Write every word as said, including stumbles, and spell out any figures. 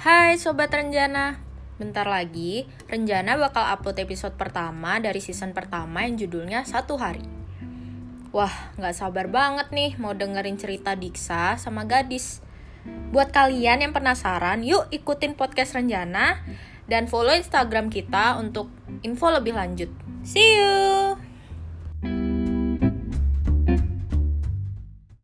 Hai Sobat Renjana, bentar lagi Renjana bakal upload episode pertama dari season pertama yang judulnya Satu Hari. Wah, gak sabar banget nih mau dengerin cerita Diksa sama Gadis. Buat kalian yang penasaran, yuk ikutin podcast Renjana dan follow Instagram kita untuk info lebih lanjut. See you!